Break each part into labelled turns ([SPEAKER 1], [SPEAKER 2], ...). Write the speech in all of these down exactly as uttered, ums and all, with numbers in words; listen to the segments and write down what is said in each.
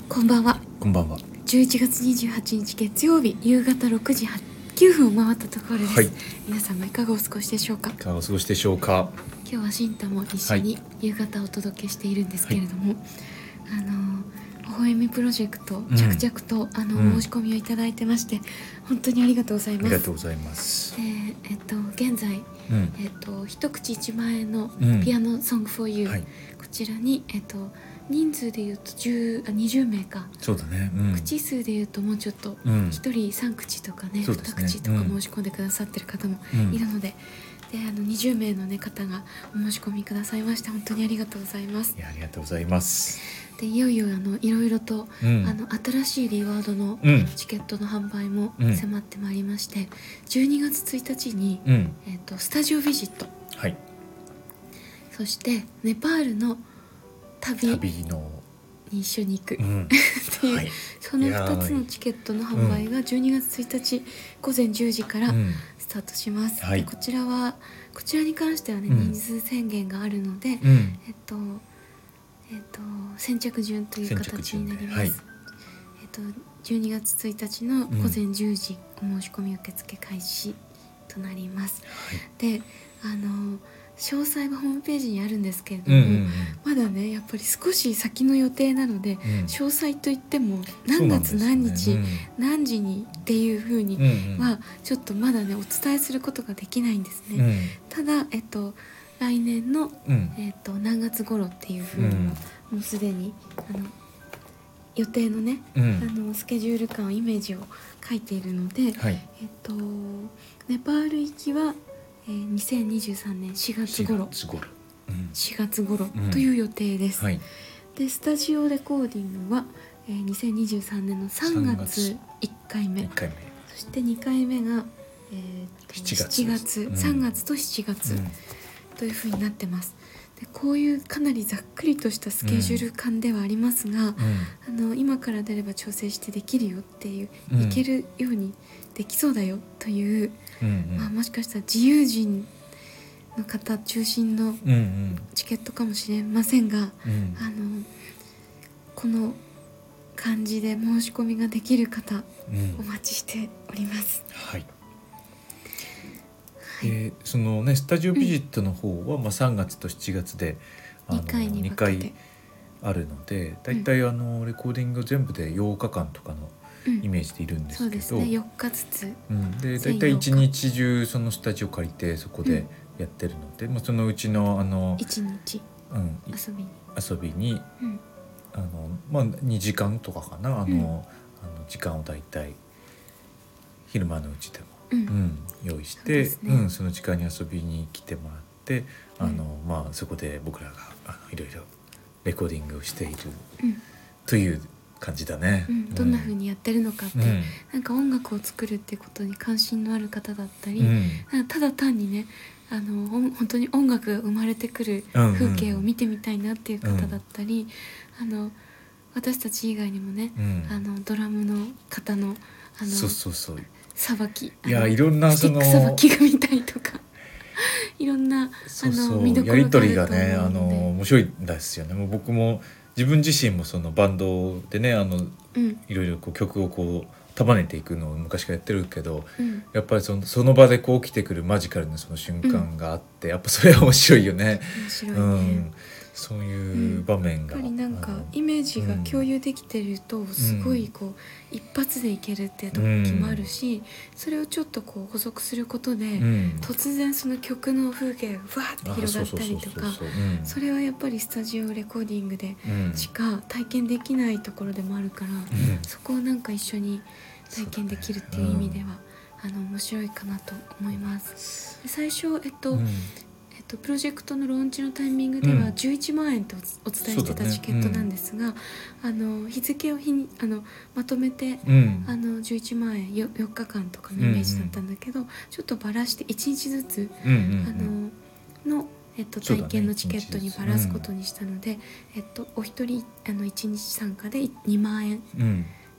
[SPEAKER 1] こんばんは。
[SPEAKER 2] こんばんは。
[SPEAKER 1] じゅういちがつにじゅうはちにち月曜日、夕方ろくじきゅうふんを回ったところです、はい、皆様いかがお過ごしでしょうか。
[SPEAKER 2] いかがお過ごしでしょうか。
[SPEAKER 1] 今日はシンタも一緒に夕方お届けしているんですけれども、はい、あの微笑みプロジェクト、うん、着々とあの、うん、申し込みをいただいてまして、本当にありがとうございます。
[SPEAKER 2] ありがとうございます。
[SPEAKER 1] で、えっと、現在、うん、えっと、一口いちまんえんのピアノソング フォーユー、うんはい、こちらに、えっと、人数でいうとじゅうあにじゅうめいか。
[SPEAKER 2] そうだね、うん、
[SPEAKER 1] 口数でいうともうちょっと、うん、ひとりさんくちとかね、に口とか申し込んでくださってる方もいるので、うん、であのにじゅうめいの、ね、方がお申し込みくださいまして、本当にありがとうございます。
[SPEAKER 2] いや、ありがとうございます。
[SPEAKER 1] でいよいよあのいろいろと、うん、あの新しいリワードのチケットの販売も迫ってまいりまして、うん、じゅうにがつついたちに、うん、えーと、スタジオビジット、
[SPEAKER 2] はい、
[SPEAKER 1] そしてネパールの旅
[SPEAKER 2] 旅の
[SPEAKER 1] に一緒に行く、うん、っていう、はい、そのふたつのチケットの販売がじゅうにがつついたちごぜんじゅうじからスタートします、うんはい、でこちらはこちらに関してはね、うん、人数宣言があるので、うん、えっとえっと先着順という形になります、はい、えっとじゅうにがつついたちのごぜんじゅうじ、うん、お申し込み受付開始となります、はい、であの詳細はホームページにあるんですけれども、うんうんうん、まだねやっぱり少し先の予定なので、うん、詳細といっても何月何日、ねうん、何時にっていうふうにはちょっとまだねお伝えすることができないんですね、うん、ただ、えっと、来年の、うんえっと、何月頃っていうふうには、うん、もうすでにあの予定のね、うん、あのスケジュール感イメージを書いているので、はいえっと、ネパール行きはえー、にせんにじゅうさんねんしがつ頃
[SPEAKER 2] しがつ頃、うん、
[SPEAKER 1] しがつ頃という予定です、うんはい、でスタジオレコーディングは、えー、にせんにじゅうさんねんのさんがついっかいめ、
[SPEAKER 2] いっかいめ
[SPEAKER 1] そしてにかいめが、えー、
[SPEAKER 2] しちがつ、
[SPEAKER 1] しちがつ、うん、さんがつとしちがつ、うん、というふうになってます。でこういうかなりざっくりとしたスケジュール感ではありますが、うん、あの今から出れば調整してできるよっていう、うん、いけるようにできそうだよという、うんうんまあ、もしかしたら自由人の方中心のチケットかもしれませんが、うんうん、あのこの感じで申し込みができる方、うん、お待ちしております。
[SPEAKER 2] はいえー、そのねスタジオビジットの方は、うんまあ、さんがつとしちがつであの
[SPEAKER 1] にかいに分けてにかい
[SPEAKER 2] あるので、だいたいあのレコーディング全部でようかかんとかのイメージでいるんですけど、うん、そうですね
[SPEAKER 1] よっかずつ、
[SPEAKER 2] うん、でだいたいいちにち中そのスタジオ借りてそこでやってるので、うん、そのうちのあの
[SPEAKER 1] いちにち、うん、遊びに
[SPEAKER 2] 遊びに、うん、あのまあにじかんとかかなあの、うん、あの時間をだいたい昼間のうちでも、うんうん、用意して そ,、ねうん、その時間に遊びに来てもらってあの、うんまあ、そこで僕らがあのいろいろレコーディングをしている、うん、という感じだね、
[SPEAKER 1] うん、どんな風にやってるのかって、うん、なんか音楽を作るってことに関心のある方だったり、うん、ただ単にねあの本当に音楽が生まれてくる風景を見てみたいなっていう方だったり、うん、あの私たち以外にもね、うん、あのドラムの方のあの
[SPEAKER 2] そうそうそう
[SPEAKER 1] さばき
[SPEAKER 2] いやいろんなその
[SPEAKER 1] スティックさばきが見たいとかいろんな
[SPEAKER 2] そうそう
[SPEAKER 1] あの見どころがあると思うので
[SPEAKER 2] やり取りがねあの面白いんですよね。もう僕も自分自身もそのバンドでねあの、うん、いろいろこう曲をこう束ねていくのを昔からやってるけど、うん、やっぱりその、その場でこう起きてくるマジカルなその瞬間があって、うん、やっぱそれは面白いよね。
[SPEAKER 1] 面白いね、うん
[SPEAKER 2] そういう場面が、
[SPEAKER 1] うん、やっぱりなんかイメージが共有できてるとすごいこう、うん、一発でいけるって時もあるし、うん、それをちょっとこう補足することで、うん、突然その曲の風景がふわって広がったりとかそれはやっぱりスタジオレコーディングでしか体験できないところでもあるから、うん、そこをなんか一緒に体験できるっていう意味では、あの面白いかなと思います。で最初えっと、うんえっと、プロジェクトのローンチのタイミングではじゅういちまんえんとお伝えしてたチケットなんですが、ねうん、あの日付を日にあのまとめて、うん、あのじゅういちまんえん よ, よっかかんとかのイメージだったんだけど、うんうん、ちょっとばらしていちにちずつ、うんうんうん、あのの、えっと、体験のチケットにばらすことにしたので、ねうんえっと、お一人あのいちにち参加でにまんえん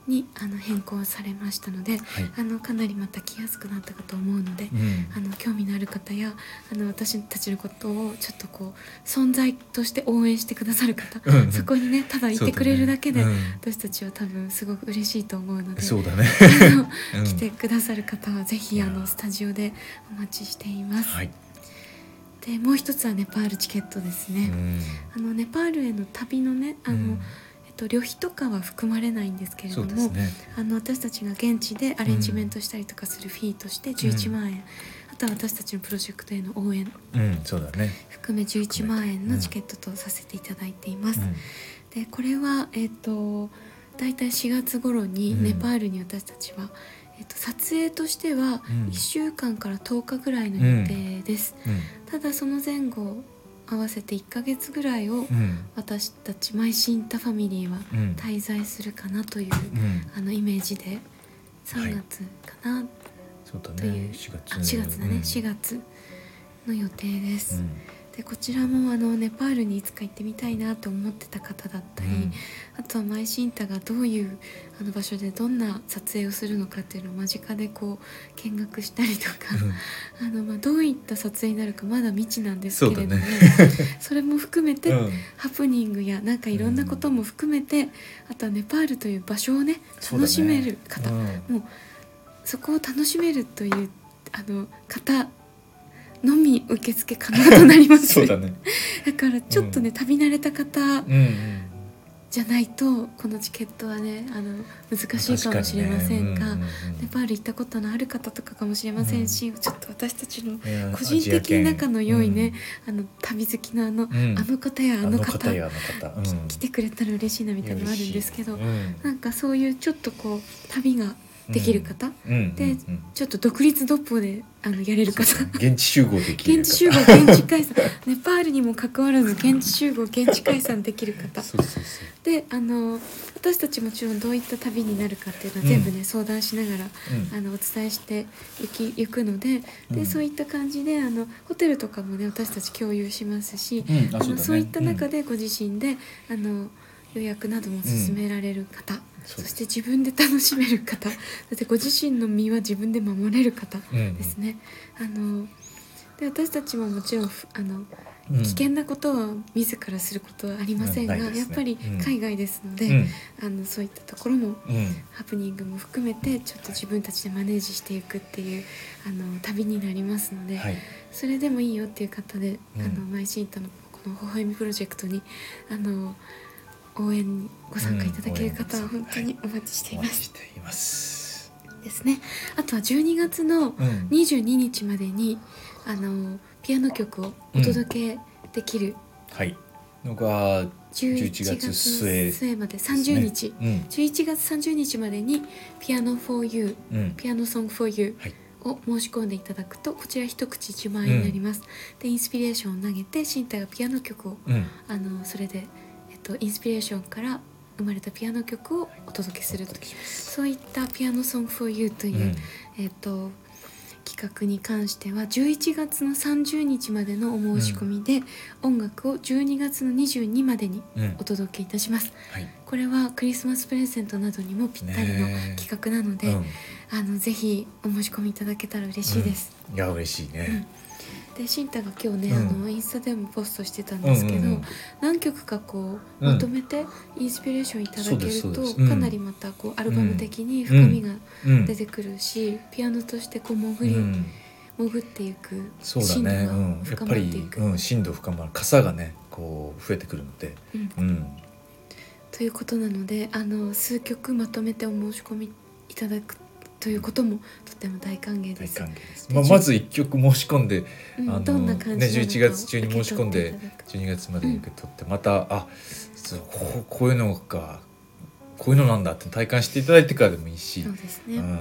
[SPEAKER 1] にあの変更されましたので、はい、あのかなりまた来やすくなったかと思うので、うん、あの興味のある方やあの私たちのことをちょっとこう存在として応援してくださる方、うん、そこにねただいてくれるだけで、ねうん、私たちは多分すごく嬉しいと思うので、
[SPEAKER 2] そうだね
[SPEAKER 1] あの来てくださる方はぜひあのスタジオでお待ちしています。はい、でもう一つはネパールチケットですね。あのネパールへの旅のねあの、うん旅費とかは含まれないんですけれども、ね、あの私たちが現地でアレンジメントしたりとかするフィーとしてじゅういちまんえん、うん、あとは私たちのプロジェクトへの応援、
[SPEAKER 2] うん、そうだね、
[SPEAKER 1] 含めじゅういちまんえんのチケットとさせていただいています、うん、でこれは、えーと、だいたいしがつ頃にネパールに私たちは、うんえーと、撮影としてはいっしゅうかんからとおかぐらいの予定です、うんうん、ただその前後合わせていっかげつぐらいを私たちマイシンタファミリーは滞在するかなという、うん、あのイメージでさんがつかな、はい、という、
[SPEAKER 2] しがつ、
[SPEAKER 1] あしがつだね、うん、しがつの予定です、うん、でこちらもあのネパールにいつか行ってみたいなと思ってた方だったり、うん、あとはマイシンタがどういうあの場所でどんな撮影をするのかっていうのを間近でこう見学したりとか、うん、あのまあどういった撮影になるかまだ未知なんですけれども そ,、ね、それも含めて、うん、ハプニングやなんかいろんなことも含めて、うん、あとはネパールという場所をね楽しめる方、ねうん、もうそこを楽しめるというあの方のみ受付可能となります
[SPEAKER 2] そうだね、
[SPEAKER 1] だからちょっとね、うん、旅慣れた方、うんうんじゃないとこのチケットはねあの難しいかもしれませんが、ねうんうんうん、ネパール行ったことのある方とかかもしれませんし、うん、ちょっと私たちの個人的に仲の良いね、うん、あの旅好きのあの、うん、あの方やあの方、うん、来てくれたら嬉しいなみたいなのあるんですけど、うん、なんかそういうちょっとこう旅ができる方、うん、で、うんうん、ちょっと独立独歩であのやれる方、
[SPEAKER 2] 現地集合できる方、
[SPEAKER 1] 現地集合現地解散ネパールにも関わらず現地集合現地解散できる方
[SPEAKER 2] そうそうそう
[SPEAKER 1] であの私たちもちろんどういった旅になるかっていうのは全部ね、うん、相談しながら、うん、あのお伝えしていきいくので、で、うん、そういった感じであのホテルとかもね私たち共有しますし、うんあ そうだね、あのそういった中でご自身で、あの予約なども進められる方、うん、そして自分で楽しめる方だってご自身の身は自分で守れる方ですね、うんうん、あので私たちももちろんあの、うん、危険なことは自らすることはありませんが、うんね、やっぱり海外ですので、うん、あのそういったところも、うん、ハプニングも含めてちょっと自分たちでマネージしていくっていうあの旅になりますので、はい、それでもいいよっていう方で、あのマイシンタのこの微笑みプロジェクトにあの応援にご参加いただける方は本当にお待ちしています。
[SPEAKER 2] お待ちしています
[SPEAKER 1] ですね。あとはじゅうにがつのにじゅうににちまでに、うん、あのピアノ曲をお届けできる、
[SPEAKER 2] うん、はいのがじゅういちがつ末、
[SPEAKER 1] 末までさんじゅうにち、ねうん、じゅういちがつさんじゅうにちまでにピアノ フォーユー、うん、ピアノソング フォーユー、はいを申し込んでいただくとこちら一口いちまんえんになります、うん、でインスピレーションを投げてシンタがピアノ曲を、うん、あのそれでインスピレーションから生まれたピアノ曲をお届けするという、そういったピアノソング フォーユー という、うんえー、と企画に関してはじゅういちがつのさんじゅうにちまでのお申し込みで、うん、音楽をじゅうにがつのにじゅうにまでにお届けいたします、うんはい、これはクリスマスプレゼントなどにもぴったりの企画なので、うん、あのぜひお申し込みいただけたら嬉しいです、
[SPEAKER 2] うん、いや嬉しいね、
[SPEAKER 1] でシンタが今日ね、うん、あのインスタでもポストしてたんですけど、うんうんうん、何曲かこうまとめてインスピレーションいただけると、うん、かなりまたこうアルバム的に深みが出てくるし、うん、ピアノとしてこう潜り、うん、潜っていく深度が深まっていく、
[SPEAKER 2] やっぱり、うん、深度深まる傘がねこう増えてくるので、うんうん、
[SPEAKER 1] ということなのであの数曲まとめてお申し込みいただくということもとても大歓迎です。
[SPEAKER 2] 大歓迎です。まあ、まずいっきょく申し込んで、うん、あのどんな感じなのかね、じゅういちがつ中に申し込んでじゅうにがつまでに受け取って、うん、またあそうこう、こういうのかこういうのなんだって体感していただいてからでもいいし、
[SPEAKER 1] そうですね、うんうん、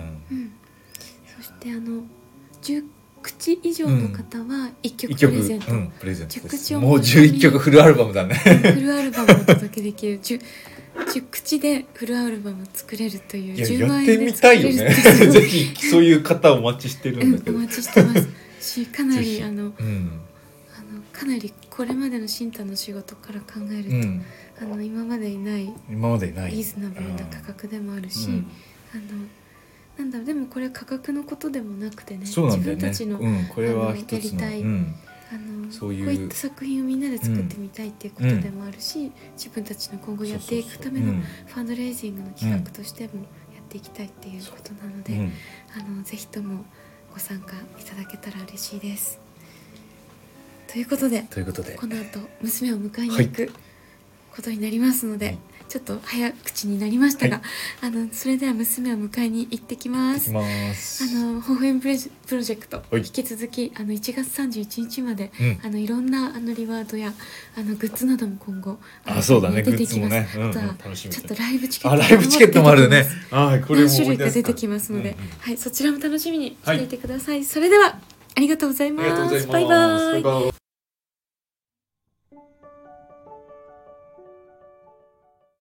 [SPEAKER 1] そしてあのじゅっくち以上の方はいっきょくプレゼント、うん、プレゼントです。
[SPEAKER 2] もうじゅういっきょくフルアルバムだね
[SPEAKER 1] フルアルバムをお届けできるじゅう口でフルアルバム作れるというじゅうまんえんで作れるっていう、
[SPEAKER 2] やってみたいよねぜひそういう方お待ちしてるんだけど、
[SPEAKER 1] うん、お待ちしてますしかなりあの、うん、 あのかなりこれまでの新太の仕事から考えると、うん、あの今までにない
[SPEAKER 2] 今までない
[SPEAKER 1] リーズナブルな価格でもあるし、うん、あのなんだろう、でもこれは価格のことでもなくてね、
[SPEAKER 2] そうなんだよね、
[SPEAKER 1] 自分たちの、
[SPEAKER 2] うん、これは
[SPEAKER 1] やりたい、うん、あのそういうこういった作品をみんなで作ってみたいっていうことでもあるし、うん、自分たちの今後やっていくためのファンドレイジングの企画としてもやっていきたいっていうことなので、うん、あのぜひともご参加いただけたら嬉しいです。ということで、
[SPEAKER 2] ということで
[SPEAKER 1] この後娘を迎えに行くことになりますので、はい、ちょっと早口になりましたが、はい、あのそれでは娘を迎えに行ってきます。
[SPEAKER 2] 行ってきます。
[SPEAKER 1] あのホーフェンプロジェクト、引き続きあのいちがつさんじゅういちにちまで、うん、あのいろんなあのリワードやあのグッズなども今後
[SPEAKER 2] あそうだね、出てきます。
[SPEAKER 1] ね、うんうん、あとはちょっとライブチケット
[SPEAKER 2] あライブチケットもあるね。あこれも
[SPEAKER 1] 何種類か出てきますので、うんうん、はい、そちらも楽しみにしていてください。はい、それではありがとうございます。
[SPEAKER 2] バイバイ。